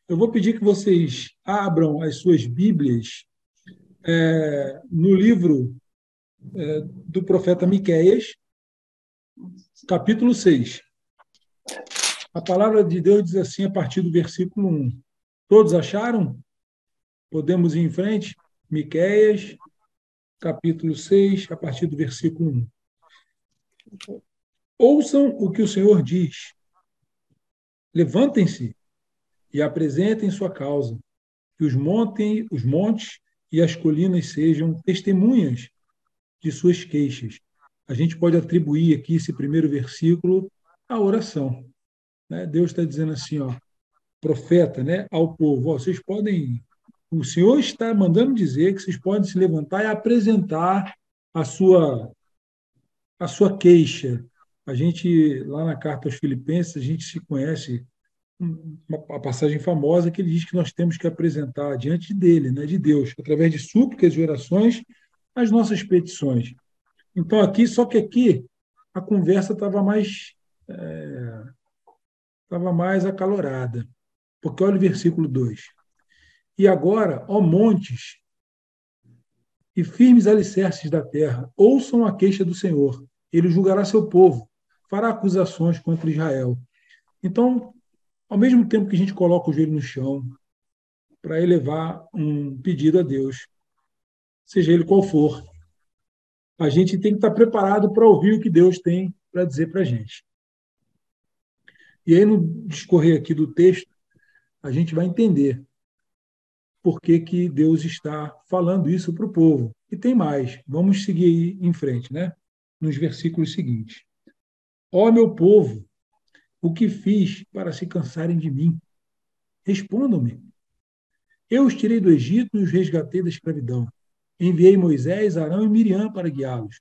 Eu vou pedir que vocês abram as suas Bíblias no livro do profeta Miqueias, capítulo 6. A palavra de Deus diz assim, a partir do versículo 1. Todos acharam? Podemos ir em frente? Miqueias, capítulo 6, a partir do versículo 1. Ouçam o que o Senhor diz. Levantem-se e apresentem sua causa. Que os montes e as colinas sejam testemunhas de suas queixas. A gente pode atribuir aqui esse primeiro versículo à oração. Né? Deus está dizendo assim, ó, profeta, né, ao povo, ó, vocês podem, o Senhor está mandando dizer que vocês podem se levantar e apresentar a sua, a sua queixa. A gente, lá na carta aos Filipenses, a gente se conhece uma passagem famosa que ele diz que nós temos que apresentar diante dele, né, de Deus, através de súplicas e orações, as nossas petições. Então, só que aqui a conversa estava mais acalorada. Porque olha o versículo 2. E agora, ó montes e firmes alicerces da terra, ouçam a queixa do Senhor. Ele julgará seu povo, fará acusações contra Israel. Então, ao mesmo tempo que a gente coloca o joelho no chão para elevar um pedido a Deus, seja ele qual for, a gente tem que estar preparado para ouvir o que Deus tem para dizer para a gente. E aí, no discorrer aqui do texto, a gente vai entender por que, que Deus está falando isso para o povo. E tem mais, vamos seguir em frente, né? Nos versículos seguintes. Ó meu povo, o que fiz para se cansarem de mim? Respondam-me. Eu os tirei do Egito e os resgatei da escravidão. Enviei Moisés, Arão e Miriam para guiá-los.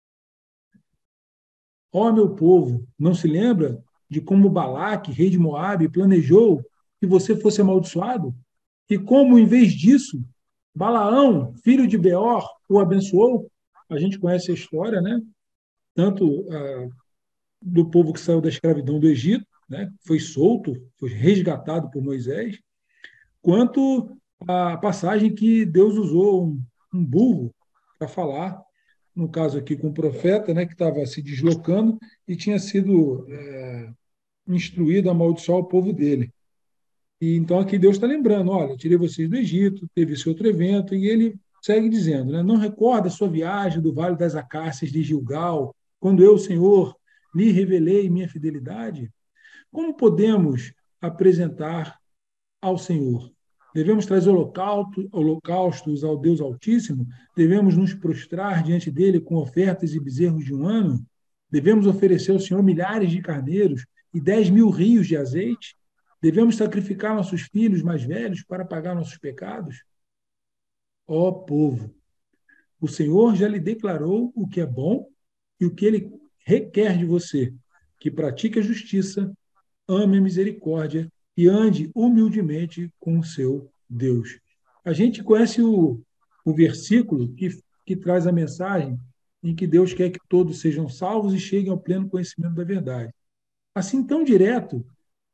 Ó meu povo, não se lembra de como Balaque, rei de Moabe, planejou que você fosse amaldiçoado? E como, em vez disso, Balaão, filho de Beor, o abençoou? A gente conhece a história, né? Tanto do povo que saiu da escravidão do Egito, né? Foi solto, foi resgatado por Moisés, quanto a passagem que Deus usou um burro para falar, no caso aqui com o profeta, né? Que estava se deslocando e tinha sido instruído a amaldiçoar o povo dele. E então aqui Deus está lembrando, olha, eu tirei vocês do Egito, teve esse outro evento, e ele segue dizendo, né, não recorda a sua viagem do Vale das Acácias de Gilgal, quando eu, Senhor, lhe revelei minha fidelidade? Como podemos apresentar ao Senhor? Devemos trazer holocaustos ao Deus Altíssimo? Devemos nos prostrar diante dele com ofertas e bezerros de um ano? Devemos oferecer ao Senhor milhares de carneiros e 10.000 rios de azeite? Devemos sacrificar nossos filhos mais velhos para pagar nossos pecados? Ó povo, o Senhor já lhe declarou o que é bom e o que ele requer de você, que pratique a justiça, ame a misericórdia e ande humildemente com o seu Deus. A gente conhece o versículo que traz a mensagem em que Deus quer que todos sejam salvos e cheguem ao pleno conhecimento da verdade. Assim, tão direto,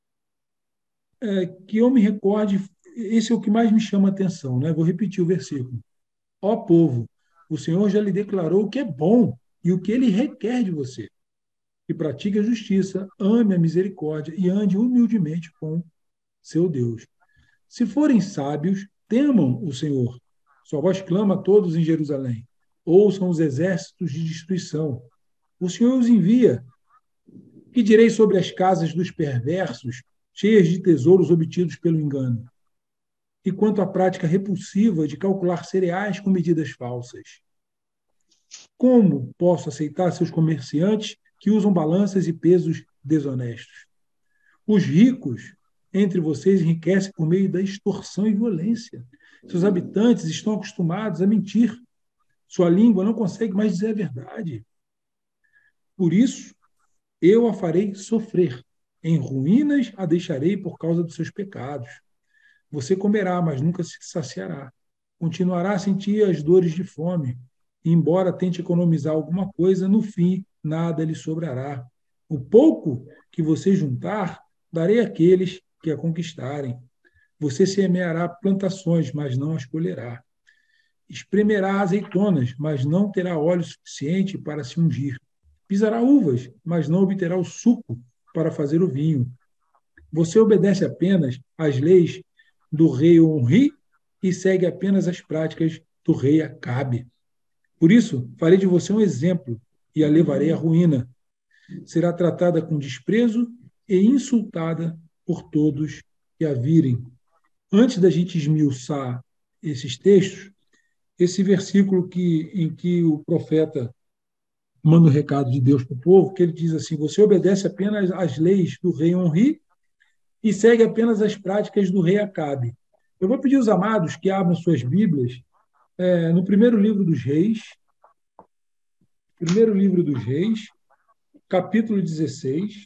que eu me recorde, esse é o que mais me chama a atenção, né? Vou repetir o versículo. Ó povo, o Senhor já lhe declarou o que é bom e o que ele requer de você, que pratique a justiça, ame a misericórdia e ande humildemente com seu Deus. Se forem sábios, temam o Senhor. Sua voz clama a todos em Jerusalém. Ouçam os exércitos de destruição. O Senhor os envia. Que direi sobre as casas dos perversos, cheias de tesouros obtidos pelo engano? E quanto à prática repulsiva de calcular cereais com medidas falsas? Como posso aceitar seus comerciantes que usam balanças e pesos desonestos? Os ricos entre vocês enriquecem por meio da extorsão e violência. Seus habitantes estão acostumados a mentir. Sua língua não consegue mais dizer a verdade. Por isso, eu a farei sofrer. Em ruínas a deixarei por causa dos seus pecados. Você comerá, mas nunca se saciará. Continuará a sentir as dores de fome. E, embora tente economizar alguma coisa, no fim nada lhe sobrará. O pouco que você juntar, darei àqueles que a conquistarem. Você semeará plantações, mas não as colherá. Espremerá azeitonas, mas não terá óleo suficiente para se ungir. Pisará uvas, mas não obterá o suco para fazer o vinho. Você obedece apenas às leis do rei Onri e segue apenas as práticas do rei Acabe. Por isso, farei de você um exemplo e a levarei à ruína. Será tratada com desprezo e insultada por todos que a virem. Antes da gente esmiuçar esses textos, esse versículo em que o profeta manda o recado de Deus para o povo, que ele diz assim: você obedece apenas às leis do rei Onri e segue apenas as práticas do rei Acabe. Eu vou pedir aos amados que abram suas Bíblias no primeiro livro dos Reis, capítulo 16.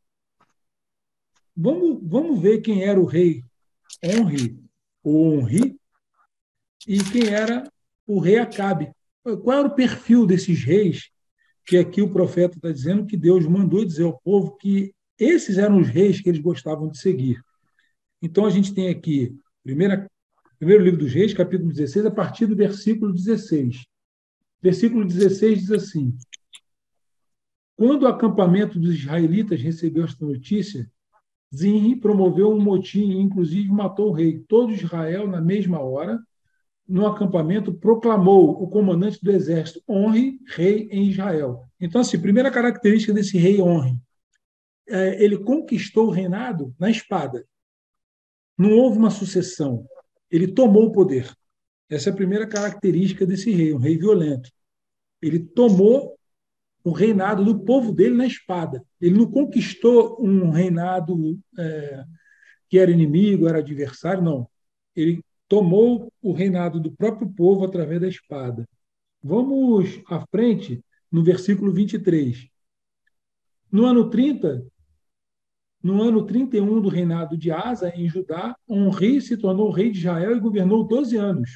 Vamos ver quem era o rei Onri, ou Onri, e quem era o rei Acabe. Qual era o perfil desses reis que aqui o profeta está dizendo que Deus mandou dizer ao povo que esses eram os reis que eles gostavam de seguir. Então, a gente tem aqui, primeiro livro dos Reis, capítulo 16, a partir do versículo 16. Versículo 16 diz assim: quando o acampamento dos israelitas recebeu esta notícia, Zinri promoveu um motim e, inclusive, matou o rei. Todo Israel, na mesma hora, no acampamento, proclamou o comandante do exército, Onri, rei em Israel. Então, assim, primeira característica desse rei Onri, ele conquistou o reinado na espada. Não houve uma sucessão. Ele tomou o poder. Essa é a primeira característica desse rei, um rei violento. Ele tomou o reinado do povo dele na espada. Ele não conquistou um reinado que era inimigo, era adversário, não. Ele tomou o reinado do próprio povo através da espada. Vamos à frente, no versículo 23. No ano 30, no ano 31 do reinado de Asa, em Judá, Onri se tornou rei de Israel e governou 12 anos.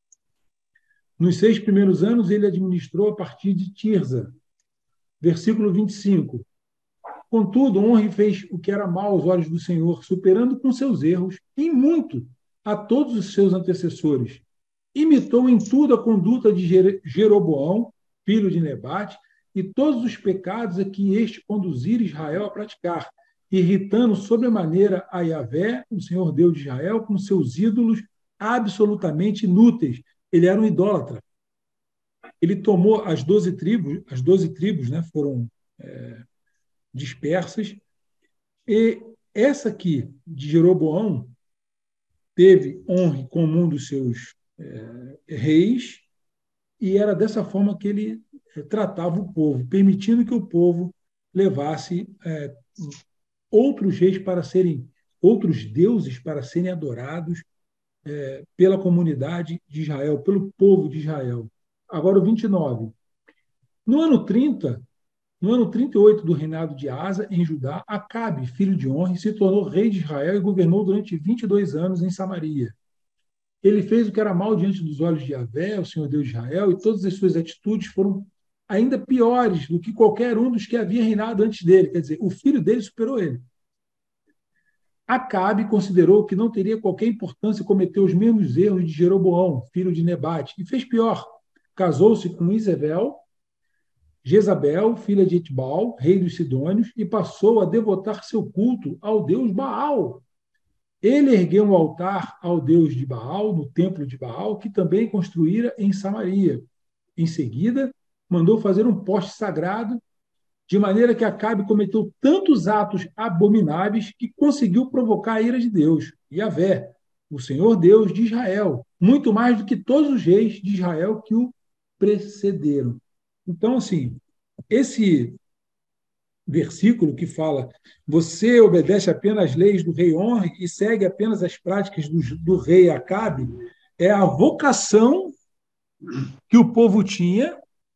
Nos 6 primeiros anos, ele administrou a partir de Tirza. Versículo 25. Contudo, Onri fez o que era mal aos olhos do Senhor, superando com seus erros, em muito, a todos os seus antecessores. Imitou em tudo a conduta de Jeroboão, filho de Nebate, e todos os pecados a que este conduzira Israel a praticar, irritando sobremaneira a Yahvé, o Senhor Deus de Israel, com seus ídolos absolutamente inúteis. Ele era um idólatra. Ele tomou as 12 tribos, né, foram dispersas, e essa aqui, de Jeroboão, teve Onri como um dos seus reis, e era dessa forma que ele tratava o povo, permitindo que o povo levasse outros reis para serem, outros deuses para serem adorados pela comunidade de Israel, pelo povo de Israel. Agora o 29. No ano 30, no ano 38 do reinado de Asa, em Judá, Acabe, filho de Onri, se tornou rei de Israel e governou durante 22 anos em Samaria. Ele fez o que era mal diante dos olhos de Yahvé, o Senhor Deus de Israel, e todas as suas atitudes foram ainda piores do que qualquer um dos que havia reinado antes dele. Quer dizer, o filho dele superou ele. Acabe considerou que não teria qualquer importância cometer os mesmos erros de Jeroboão, filho de Nebate, e fez pior. Casou-se com Jezabel, filha de Etbal, rei dos Sidônios, e passou a devotar seu culto ao deus Baal. Ele ergueu um altar ao deus de Baal, no templo de Baal, que também construíra em Samaria. Em seguida, mandou fazer um poste sagrado, de maneira que Acabe cometeu tantos atos abomináveis que conseguiu provocar a ira de Deus, Yahvé, o Senhor Deus de Israel, muito mais do que todos os reis de Israel que o precederam. Então, assim, esse versículo que fala: você obedece apenas às leis do rei Onri e segue apenas as práticas do rei Acabe, é a vocação que o povo tinha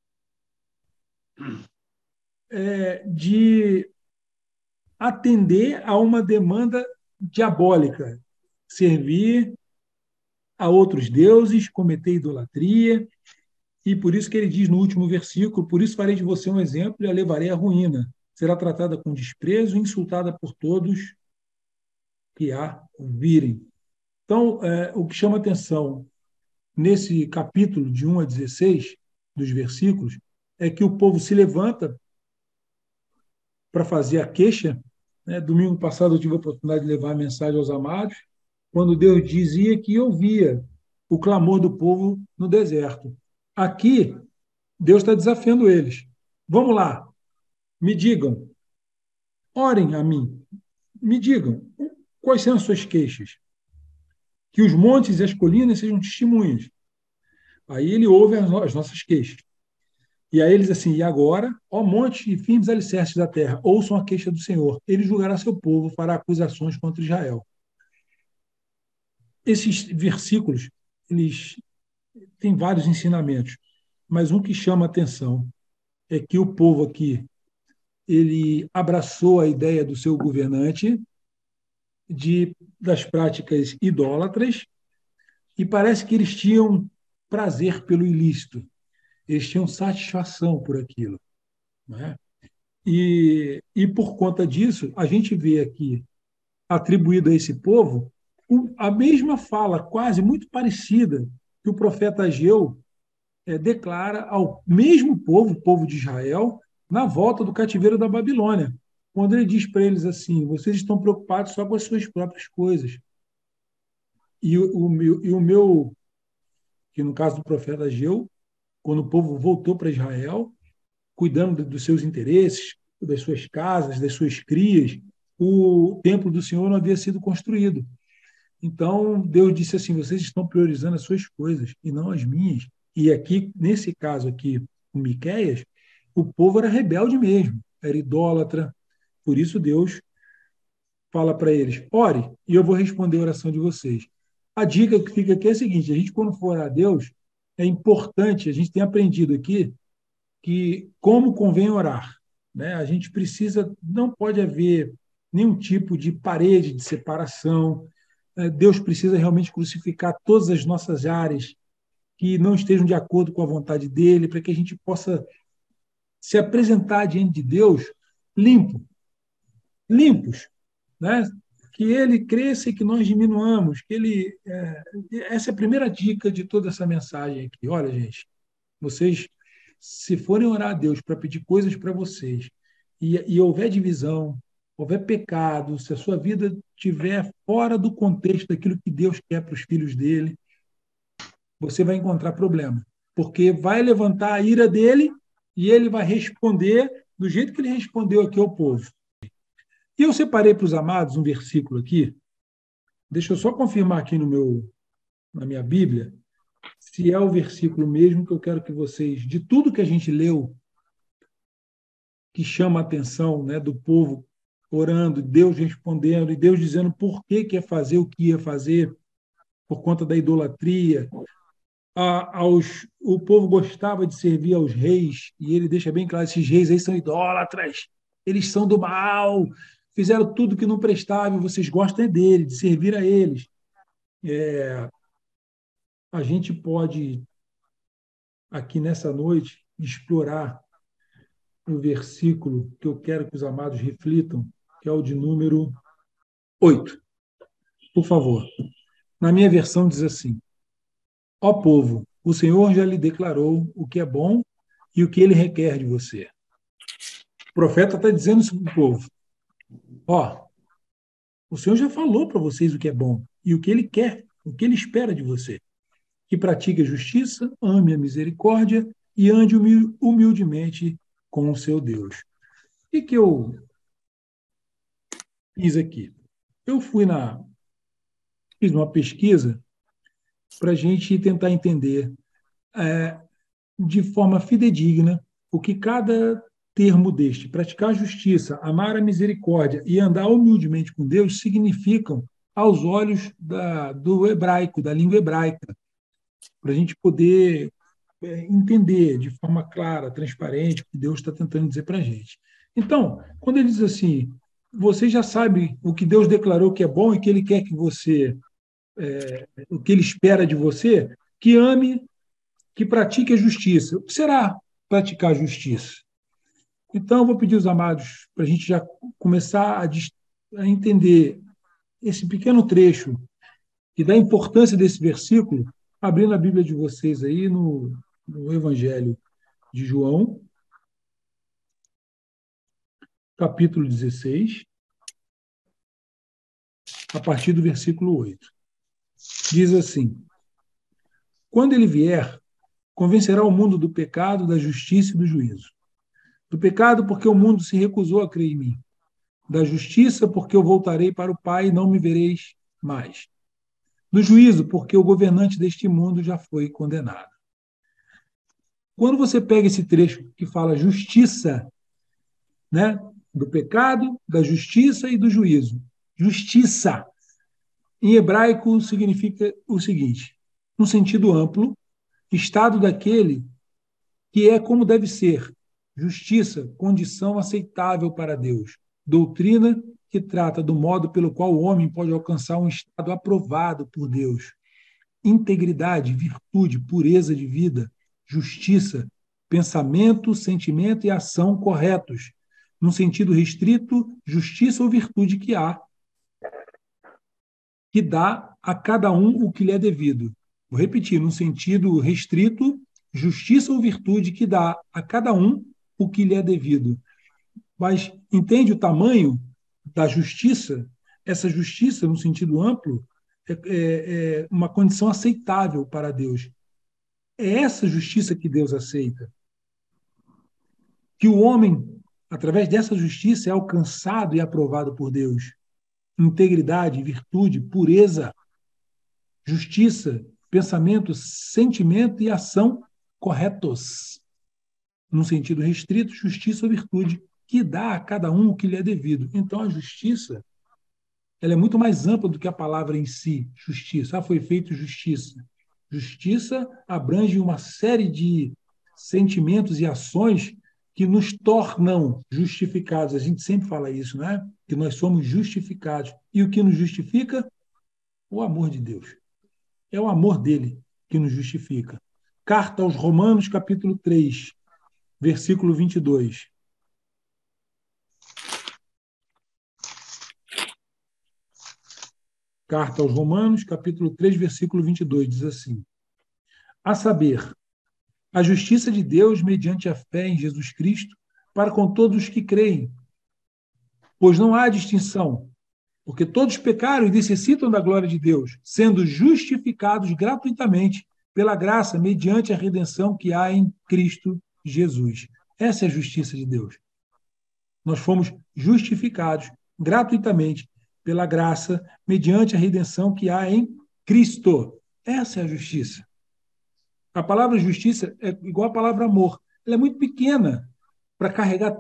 de atender a uma demanda diabólica, servir a outros deuses, cometer idolatria, e por isso que ele diz no último versículo: por isso farei de você um exemplo e a levarei à ruína. Será tratada com desprezo e insultada por todos que a ouvirem. Então, o que chama atenção nesse capítulo de 1 a 16 dos versículos é que o povo se levanta para fazer a queixa. Né? Domingo passado eu tive a oportunidade de levar a mensagem aos amados, quando Deus dizia que ouvia o clamor do povo no deserto. Aqui, Deus está desafiando eles. Vamos lá, me digam, orem a mim, me digam quais são as suas queixas. Que os montes e as colinas sejam testemunhas. Aí ele ouve as nossas queixas. E aí ele diz assim: e agora, ó monte e firmes alicerces da terra, ouçam a queixa do Senhor. Ele julgará seu povo, fará acusações contra Israel. Esses versículos, eles têm vários ensinamentos, mas um que chama a atenção é que o povo aqui, ele abraçou a ideia do seu governante das práticas idólatras e parece que eles tinham prazer pelo ilícito, eles tinham satisfação por aquilo. Não é? E por conta disso, a gente vê aqui, atribuído a esse povo, a mesma fala, quase muito parecida, que o profeta Ageu declara ao mesmo povo, o povo de Israel, na volta do cativeiro da Babilônia, quando ele diz para eles assim: vocês estão preocupados só com as suas próprias coisas. E o meu, que no caso do profeta Ageu, quando o povo voltou para Israel, cuidando dos seus interesses, das suas casas, das suas crias, o templo do Senhor não havia sido construído. Então, Deus disse assim: vocês estão priorizando as suas coisas e não as minhas. E aqui, nesse caso aqui, com Miqueias, o povo era rebelde mesmo, era idólatra. Por isso Deus fala para eles: ore, e eu vou responder a oração de vocês. A dica que fica aqui é a seguinte: a gente, quando for orar a Deus, é importante, a gente tem aprendido aqui, que como convém orar. Né? A gente precisa, não pode haver nenhum tipo de parede de separação. Deus precisa realmente crucificar todas as nossas áreas que não estejam de acordo com a vontade dele, para que a gente possa se apresentar diante de Deus limpo, limpos, né? Que ele cresça e que nós diminuamos, que ele essa é a primeira dica de toda essa mensagem aqui. Olha, gente, vocês, se forem orar a Deus para pedir coisas para vocês e houver divisão, houver pecado, se a sua vida estiver fora do contexto daquilo que Deus quer para os filhos dele, você vai encontrar problema. Porque vai levantar a ira dele e ele vai responder do jeito que ele respondeu aqui ao povo. E eu separei para os amados um versículo aqui, deixa eu só confirmar aqui na minha Bíblia, se é o versículo mesmo que eu quero que vocês, de tudo que a gente leu, que chama a atenção, né, do povo orando, Deus respondendo, e Deus dizendo por que ia fazer o que ia fazer, por conta da idolatria. O povo gostava de servir aos reis, e ele deixa bem claro: esses reis aí são idólatras, eles são do mal, fizeram tudo que não prestava, e vocês gostam dele, de servir a eles. A gente pode, aqui nessa noite, explorar o versículo que eu quero que os amados reflitam, que é o de número 8. Por favor. Na minha versão diz assim: ó povo, o Senhor já lhe declarou o que é bom e o que ele requer de você. O profeta está dizendo isso para o povo. Ó, o Senhor já falou para vocês o que é bom e o que ele quer, o que ele espera de você. Que pratique a justiça, ame a misericórdia e ande humildemente com o seu Deus. O que eu fiz aqui? Eu fiz uma pesquisa para a gente tentar entender de forma fidedigna o que cada termo deste, praticar a justiça, amar a misericórdia e andar humildemente com Deus, significam aos olhos do hebraico, da língua hebraica, para a gente poder entender de forma clara, transparente, o que Deus está tentando dizer para a gente. Então, quando ele diz assim: você já sabe o que Deus declarou que é bom e que ele quer que você, o que ele espera de você, que ame, que pratique a justiça. O que será praticar a justiça? Então, eu vou pedir aos amados para a gente já começar a entender esse pequeno trecho e da importância desse versículo, abrindo a Bíblia de vocês aí no Evangelho de João, capítulo 16, a partir do versículo 8. Diz assim: quando ele vier, convencerá o mundo do pecado, da justiça e do juízo. Do pecado, porque o mundo se recusou a crer em mim. Da justiça, porque eu voltarei para o Pai e não me vereis mais. Do juízo, porque o governante deste mundo já foi condenado. Quando você pega esse trecho que fala justiça, né, do pecado, da justiça e do juízo. Justiça, em hebraico, significa o seguinte: no sentido amplo, estado daquele que é como deve ser. Justiça, condição aceitável para Deus. Doutrina que trata do modo pelo qual o homem pode alcançar um estado aprovado por Deus. Integridade, virtude, pureza de vida, justiça, pensamento, sentimento e ação corretos. No sentido restrito, justiça ou virtude que dá a cada um o que lhe é devido. Vou repetir, no sentido restrito, justiça ou virtude que dá a cada um o que lhe é devido. Mas entende o tamanho da justiça? Essa justiça, no sentido amplo, é uma condição aceitável para Deus. É essa justiça que Deus aceita. Que o homem, através dessa justiça, é alcançado e aprovado por Deus. Integridade, virtude, pureza, justiça, pensamento, sentimento e ação corretos. Num sentido restrito, justiça ou virtude, que dá a cada um o que lhe é devido. Então, a justiça, ela é muito mais ampla do que a palavra em si, justiça. Foi feito justiça. Justiça abrange uma série de sentimentos e ações que nos tornam justificados. A gente sempre fala isso, né? Que nós somos justificados. E o que nos justifica? O amor de Deus. É o amor dele que nos justifica. Carta aos Romanos, capítulo 3, versículo 22. Carta aos Romanos, capítulo 3, versículo 22, diz assim: a saber, a justiça de Deus mediante a fé em Jesus Cristo para com todos os que creem, pois não há distinção, porque todos pecaram e necessitam da glória de Deus, sendo justificados gratuitamente pela graça mediante a redenção que há em Cristo Jesus. Essa é a justiça de Deus. Nós fomos justificados gratuitamente pela graça mediante a redenção que há em Cristo. Essa é a justiça. A palavra justiça é igual à palavra amor. Ela é muito pequena para carregar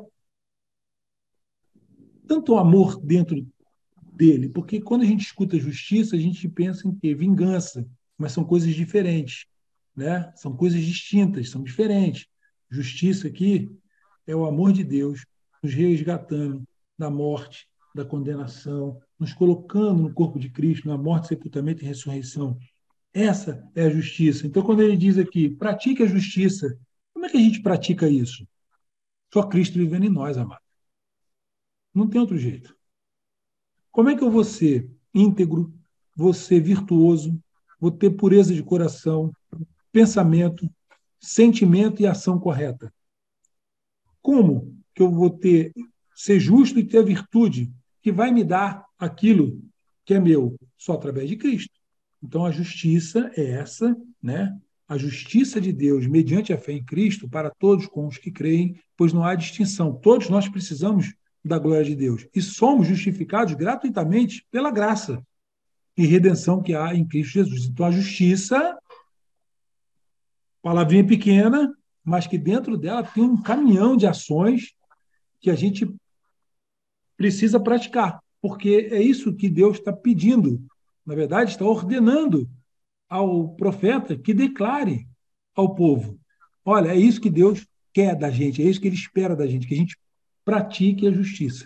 tanto amor dentro dele, porque quando a gente escuta justiça, a gente pensa em quê? Vingança, mas são coisas diferentes, né? São coisas distintas, são diferentes. Justiça aqui é o amor de Deus nos resgatando da morte, da condenação, nos colocando no corpo de Cristo, na morte, sepultamento e ressurreição. Essa é a justiça. Então, quando ele diz aqui, pratique a justiça, como é que a gente pratica isso? Só Cristo vivendo em nós, amado. Não tem outro jeito. Como é que eu vou ser íntegro, vou ser virtuoso, vou ter pureza de coração, pensamento, sentimento e ação correta? Como que eu vou ser justo e ter a virtude que vai me dar aquilo que é meu? Só através de Cristo. Então, a justiça é essa, né? A justiça de Deus, mediante a fé em Cristo, para todos com os que creem, pois não há distinção. Todos nós precisamos da glória de Deus. E somos justificados gratuitamente pela graça e redenção que há em Cristo Jesus. Então, a justiça, palavrinha pequena, mas que dentro dela tem um caminhão de ações que a gente precisa praticar, porque é isso que Deus está pedindo. Na verdade, está ordenando ao profeta que declare ao povo: olha, é isso que Deus quer da gente, é isso que ele espera da gente, que a gente pratique a justiça.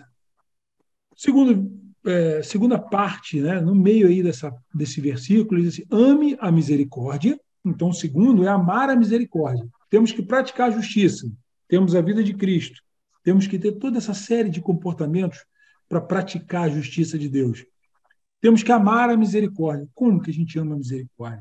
Segunda parte, né, no meio aí desse versículo, ele diz assim: ame a misericórdia. Então, o segundo é amar a misericórdia. Temos que praticar a justiça, temos a vida de Cristo, temos que ter toda essa série de comportamentos para praticar a justiça de Deus. Temos que amar a misericórdia. Como que a gente ama a misericórdia?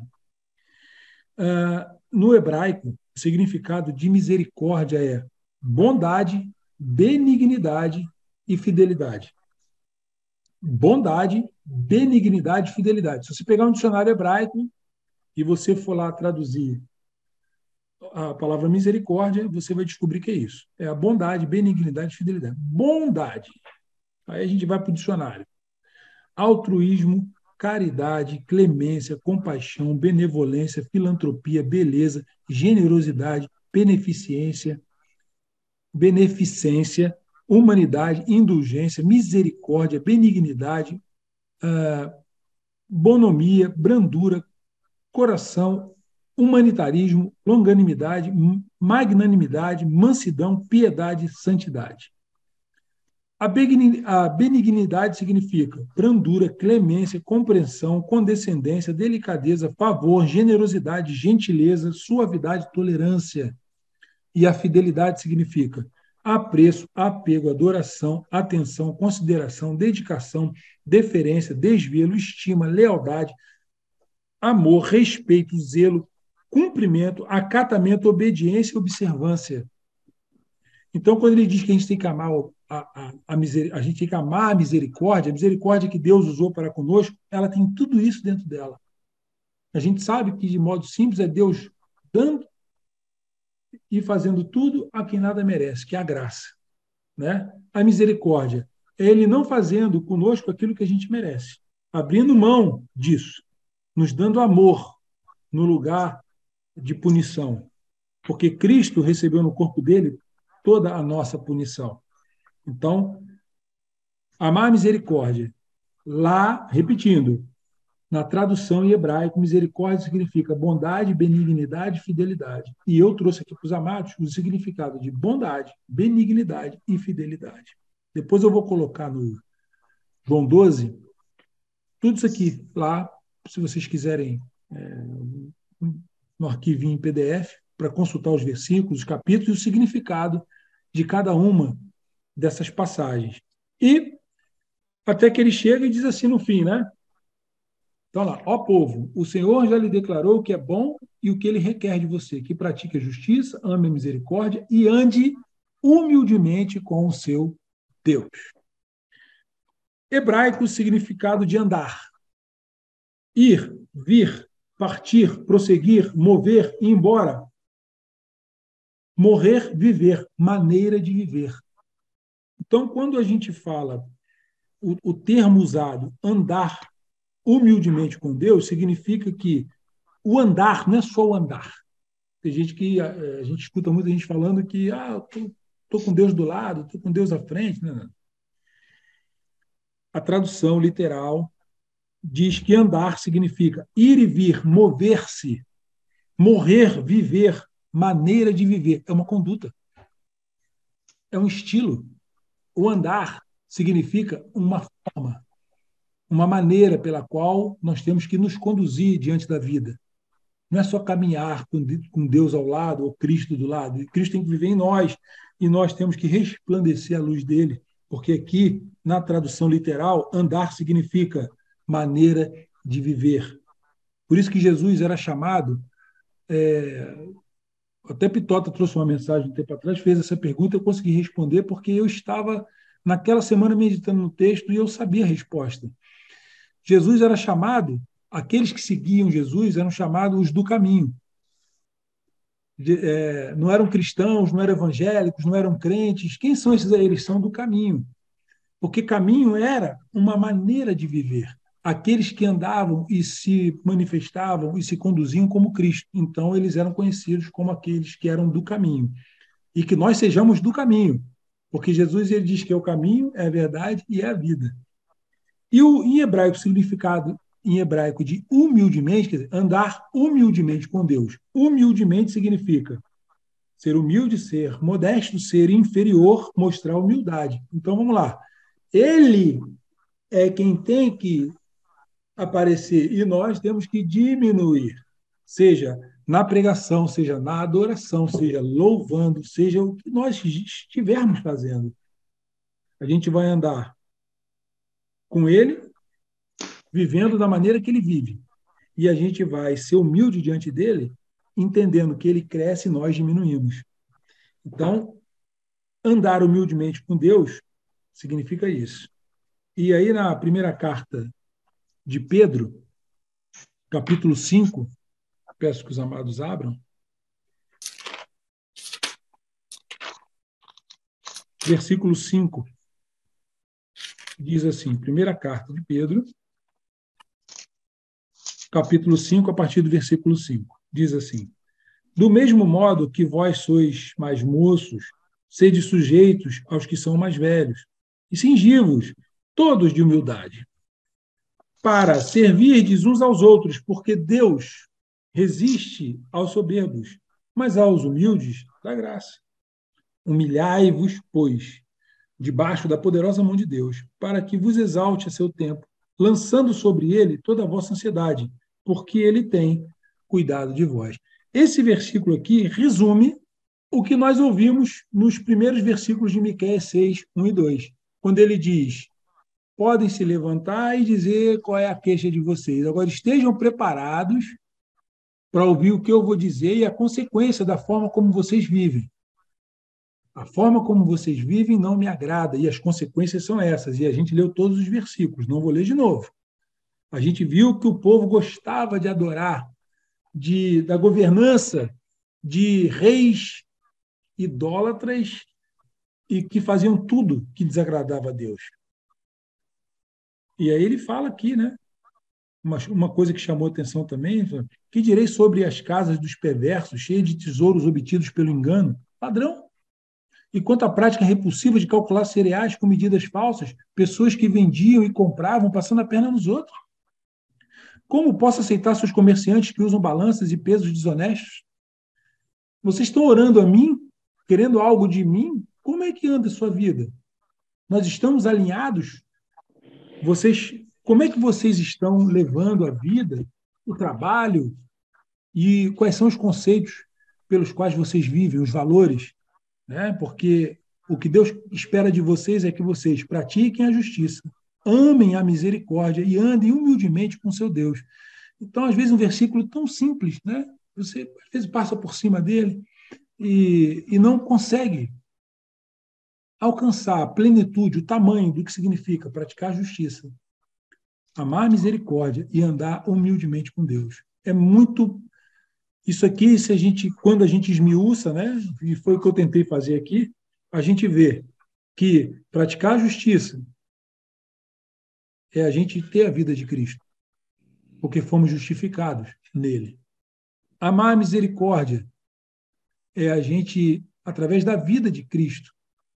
No hebraico, o significado de misericórdia é bondade, benignidade e fidelidade. Bondade, benignidade e fidelidade. Se você pegar um dicionário hebraico e você for lá traduzir a palavra misericórdia, você vai descobrir que é isso. É a bondade, benignidade e fidelidade. Bondade. Aí a gente vai para o dicionário. Altruísmo, caridade, clemência, compaixão, benevolência, filantropia, beleza, generosidade, beneficência, humanidade, indulgência, misericórdia, benignidade, bonomia, brandura, coração, humanitarismo, longanimidade, magnanimidade, mansidão, piedade e santidade. A benignidade significa brandura, clemência, compreensão, condescendência, delicadeza, favor, generosidade, gentileza, suavidade, tolerância. E a fidelidade significa apreço, apego, adoração, atenção, consideração, dedicação, deferência, desvelo, estima, lealdade, amor, respeito, zelo, cumprimento, acatamento, obediência e observância. Então, quando ele diz que a gente tem que amar a gente tem que amar a misericórdia que Deus usou para conosco, ela tem tudo isso dentro dela. A gente sabe que, de modo simples, é Deus dando e fazendo tudo a quem nada merece, que é a graça. Né? A misericórdia é Ele não fazendo conosco aquilo que a gente merece, abrindo mão disso, nos dando amor no lugar de punição, porque Cristo recebeu no corpo dele toda a nossa punição. Então, amar a misericórdia, lá, repetindo, na tradução em hebraico, misericórdia significa bondade, benignidade e fidelidade. E eu trouxe aqui para os amados o significado de bondade, benignidade e fidelidade. Depois eu vou colocar no João 12 tudo isso aqui lá, se vocês quiserem, no arquivinho em PDF, para consultar os versículos, os capítulos e o significado de cada uma dessas passagens. E até que ele chega e diz assim no fim, né? Então, lá, ó povo, o Senhor já lhe declarou o que é bom e o que ele requer de você, que pratique a justiça, ame a misericórdia e ande humildemente com o seu Deus. Hebraico, significado de andar. Ir, vir, partir, prosseguir, mover, ir embora. Morrer, viver, maneira de viver. Então, quando a gente fala o termo usado, andar humildemente com Deus, significa que o andar não é só o andar. Tem gente que a gente escuta muita gente falando que estou com Deus do lado, estou com Deus à frente. Não, não. A tradução literal diz que andar significa ir e vir, mover-se, morrer, viver, maneira de viver. É uma conduta, é um estilo. O andar significa uma forma, uma maneira pela qual nós temos que nos conduzir diante da vida. Não é só caminhar com Deus ao lado, ou Cristo do lado. Cristo tem que viver em nós, e nós temos que resplandecer a luz dele, porque aqui, na tradução literal, andar significa maneira de viver. Por isso que Jesus era chamado, até Pitota trouxe uma mensagem um tempo atrás, fez essa pergunta, eu consegui responder, porque eu estava, naquela semana, meditando no texto, e eu sabia a resposta. Jesus era chamado, aqueles que seguiam Jesus eram chamados os do caminho. Não eram cristãos, não eram evangélicos, não eram crentes. Quem são esses aí? Eles são do caminho. Porque caminho era uma maneira de viver. Aqueles que andavam e se manifestavam e se conduziam como Cristo. Então, eles eram conhecidos como aqueles que eram do caminho. E que nós sejamos do caminho. Porque Jesus ele diz que é o caminho, é a verdade e é a vida. E em hebraico, o significado em hebraico de humildemente, quer dizer, andar humildemente com Deus. Humildemente significa ser humilde, ser modesto, ser inferior, mostrar humildade. Então vamos lá. Ele é quem tem que aparecer e nós temos que diminuir, seja na pregação, seja na adoração, seja louvando, seja o que nós estivermos fazendo. A gente vai andar com ele vivendo da maneira que ele vive. E a gente vai ser humilde diante dele, entendendo que ele cresce e nós diminuímos. Então, andar humildemente com Deus significa isso. E aí, na primeira carta de Pedro, capítulo 5, peço que os amados abram, versículo 5, diz assim, primeira carta de Pedro, capítulo 5, a partir do versículo 5, diz assim: do mesmo modo que vós sois mais moços, sede sujeitos aos que são mais velhos, e cingivos, todos de humildade, para servirdes uns aos outros, porque Deus resiste aos soberbos, mas aos humildes dá graça. Humilhai-vos, pois, debaixo da poderosa mão de Deus, para que vos exalte a seu tempo, lançando sobre ele toda a vossa ansiedade, porque ele tem cuidado de vós. Esse versículo aqui resume o que nós ouvimos nos primeiros versículos de Miqueias 6, 1 e 2, quando ele diz: podem se levantar e dizer qual é a queixa de vocês. Agora estejam preparados para ouvir o que eu vou dizer e a consequência da forma como vocês vivem. A forma como vocês vivem não me agrada, e as consequências são essas. E a gente leu todos os versículos, não vou ler de novo. A gente viu que o povo gostava de adorar, da governança de reis idólatras e que faziam tudo que desagradava a Deus. E aí ele fala aqui, né? Uma coisa que chamou atenção também, que direi sobre as casas dos perversos, cheias de tesouros obtidos pelo engano? Padrão. E quanto à prática repulsiva de calcular cereais com medidas falsas, pessoas que vendiam e compravam passando a perna nos outros. Como posso aceitar seus comerciantes que usam balanças e pesos desonestos? Vocês estão orando a mim, querendo algo de mim? Como é que anda a sua vida? Nós estamos alinhados? Como é que vocês estão levando a vida, o trabalho e quais são os conceitos pelos quais vocês vivem, os valores, né? Porque o que Deus espera de vocês é que vocês pratiquem a justiça, amem a misericórdia e andem humildemente com seu Deus. Então, às vezes, um versículo tão simples, né? Você às vezes passa por cima dele e não consegue alcançar a plenitude, o tamanho do que significa praticar a justiça, amar a misericórdia e andar humildemente com Deus. É muito isso aqui, se a gente, quando a gente esmiuça, né, e foi o que eu tentei fazer aqui, a gente vê que praticar a justiça é a gente ter a vida de Cristo, porque fomos justificados nele. Amar a misericórdia é a gente, através da vida de Cristo,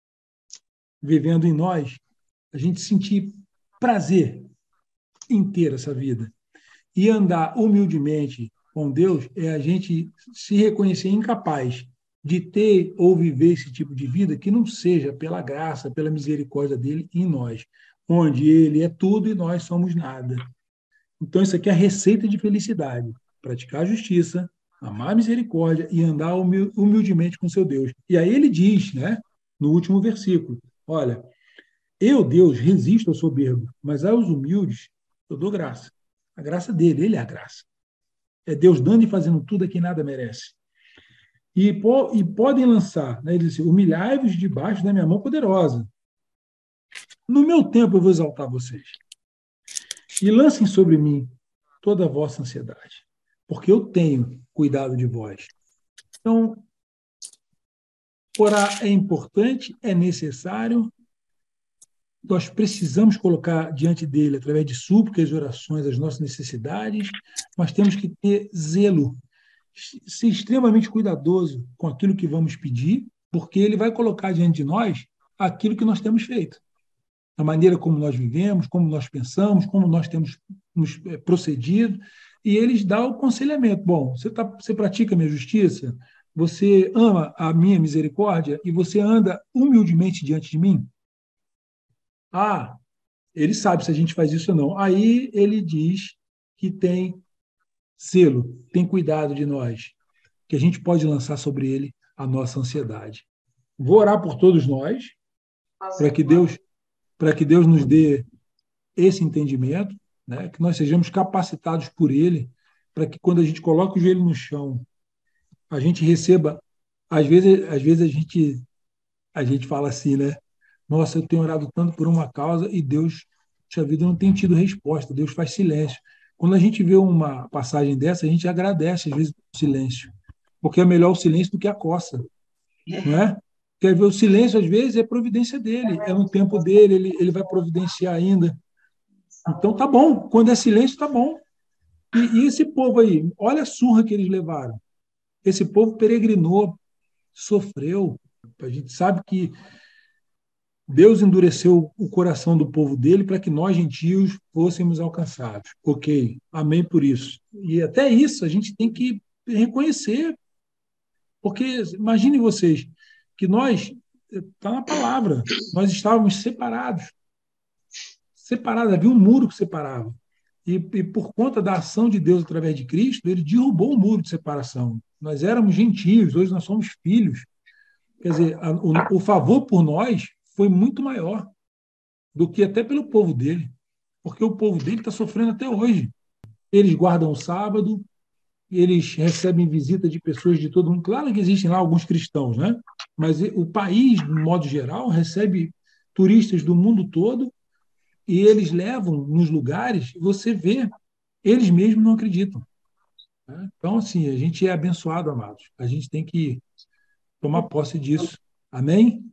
vivendo em nós, a gente sentir prazer em ter essa vida. E andar humildemente com Deus é a gente se reconhecer incapaz de ter ou viver esse tipo de vida que não seja pela graça, pela misericórdia dele em nós, onde ele é tudo e nós somos nada. Então, isso aqui é a receita de felicidade: praticar a justiça, amar a misericórdia e andar humildemente com seu Deus. E aí ele diz, né, no último versículo: olha, eu, Deus, resisto ao soberbo, mas aos humildes eu dou graça. A graça dele, ele é a graça. É Deus dando e fazendo tudo a quem nada merece. E podem lançar, né, ele diz assim, humilhai-vos debaixo da minha mão poderosa. No meu tempo eu vou exaltar vocês. E lancem sobre mim toda a vossa ansiedade, porque eu tenho cuidado de vós. Então, orar é importante, é necessário, nós precisamos colocar diante dele, através de súplicas e orações, as nossas necessidades, mas temos que ter zelo, ser extremamente cuidadoso com aquilo que vamos pedir, porque ele vai colocar diante de nós aquilo que nós temos feito, a maneira como nós vivemos, como nós pensamos, como nós temos nos procedido, e eles dão o aconselhamento. Bom, você pratica a minha justiça, você ama a minha misericórdia e você anda humildemente diante de mim? Ah, ele sabe se a gente faz isso ou não. Aí ele diz que tem zelo, tem cuidado de nós, que a gente pode lançar sobre ele a nossa ansiedade. Vou orar por todos nós, para que Deus nos dê esse entendimento, né? Que nós sejamos capacitados por Ele, para que quando a gente coloca o joelho no chão, a gente receba. Às vezes a gente fala assim, né? Nossa, eu tenho orado tanto por uma causa e Deus, puxa vida, não tem tido resposta, Deus faz silêncio. Quando a gente vê uma passagem dessa, a gente agradece, às vezes, o silêncio, porque é melhor o silêncio do que a coça, não é? Quer ver, o silêncio, às vezes, é providência dele, é no tempo dele, ele vai providenciar ainda. Então, tá bom, quando é silêncio, tá bom. E esse povo aí, olha a surra que eles levaram. Esse povo peregrinou, sofreu. A gente sabe que Deus endureceu o coração do povo dele para que nós, gentios, fôssemos alcançados. Ok, amém por isso. E até isso a gente tem que reconhecer, porque imaginem vocês que nós, está na palavra, nós estávamos separados, havia um muro que separava. E por conta da ação de Deus através de Cristo, ele derrubou o muro de separação. Nós éramos gentios, hoje nós somos filhos. Quer dizer, o favor por nós foi muito maior do que até pelo povo dele, porque o povo dele está sofrendo até hoje. Eles guardam o sábado, eles recebem visita de pessoas de todo mundo. Claro que existem lá alguns cristãos, né? Mas o país, de modo geral, recebe turistas do mundo todo e eles levam nos lugares, você vê, eles mesmos não acreditam. Né? Então, assim, a gente é abençoado, amados. A gente tem que tomar posse disso. Amém?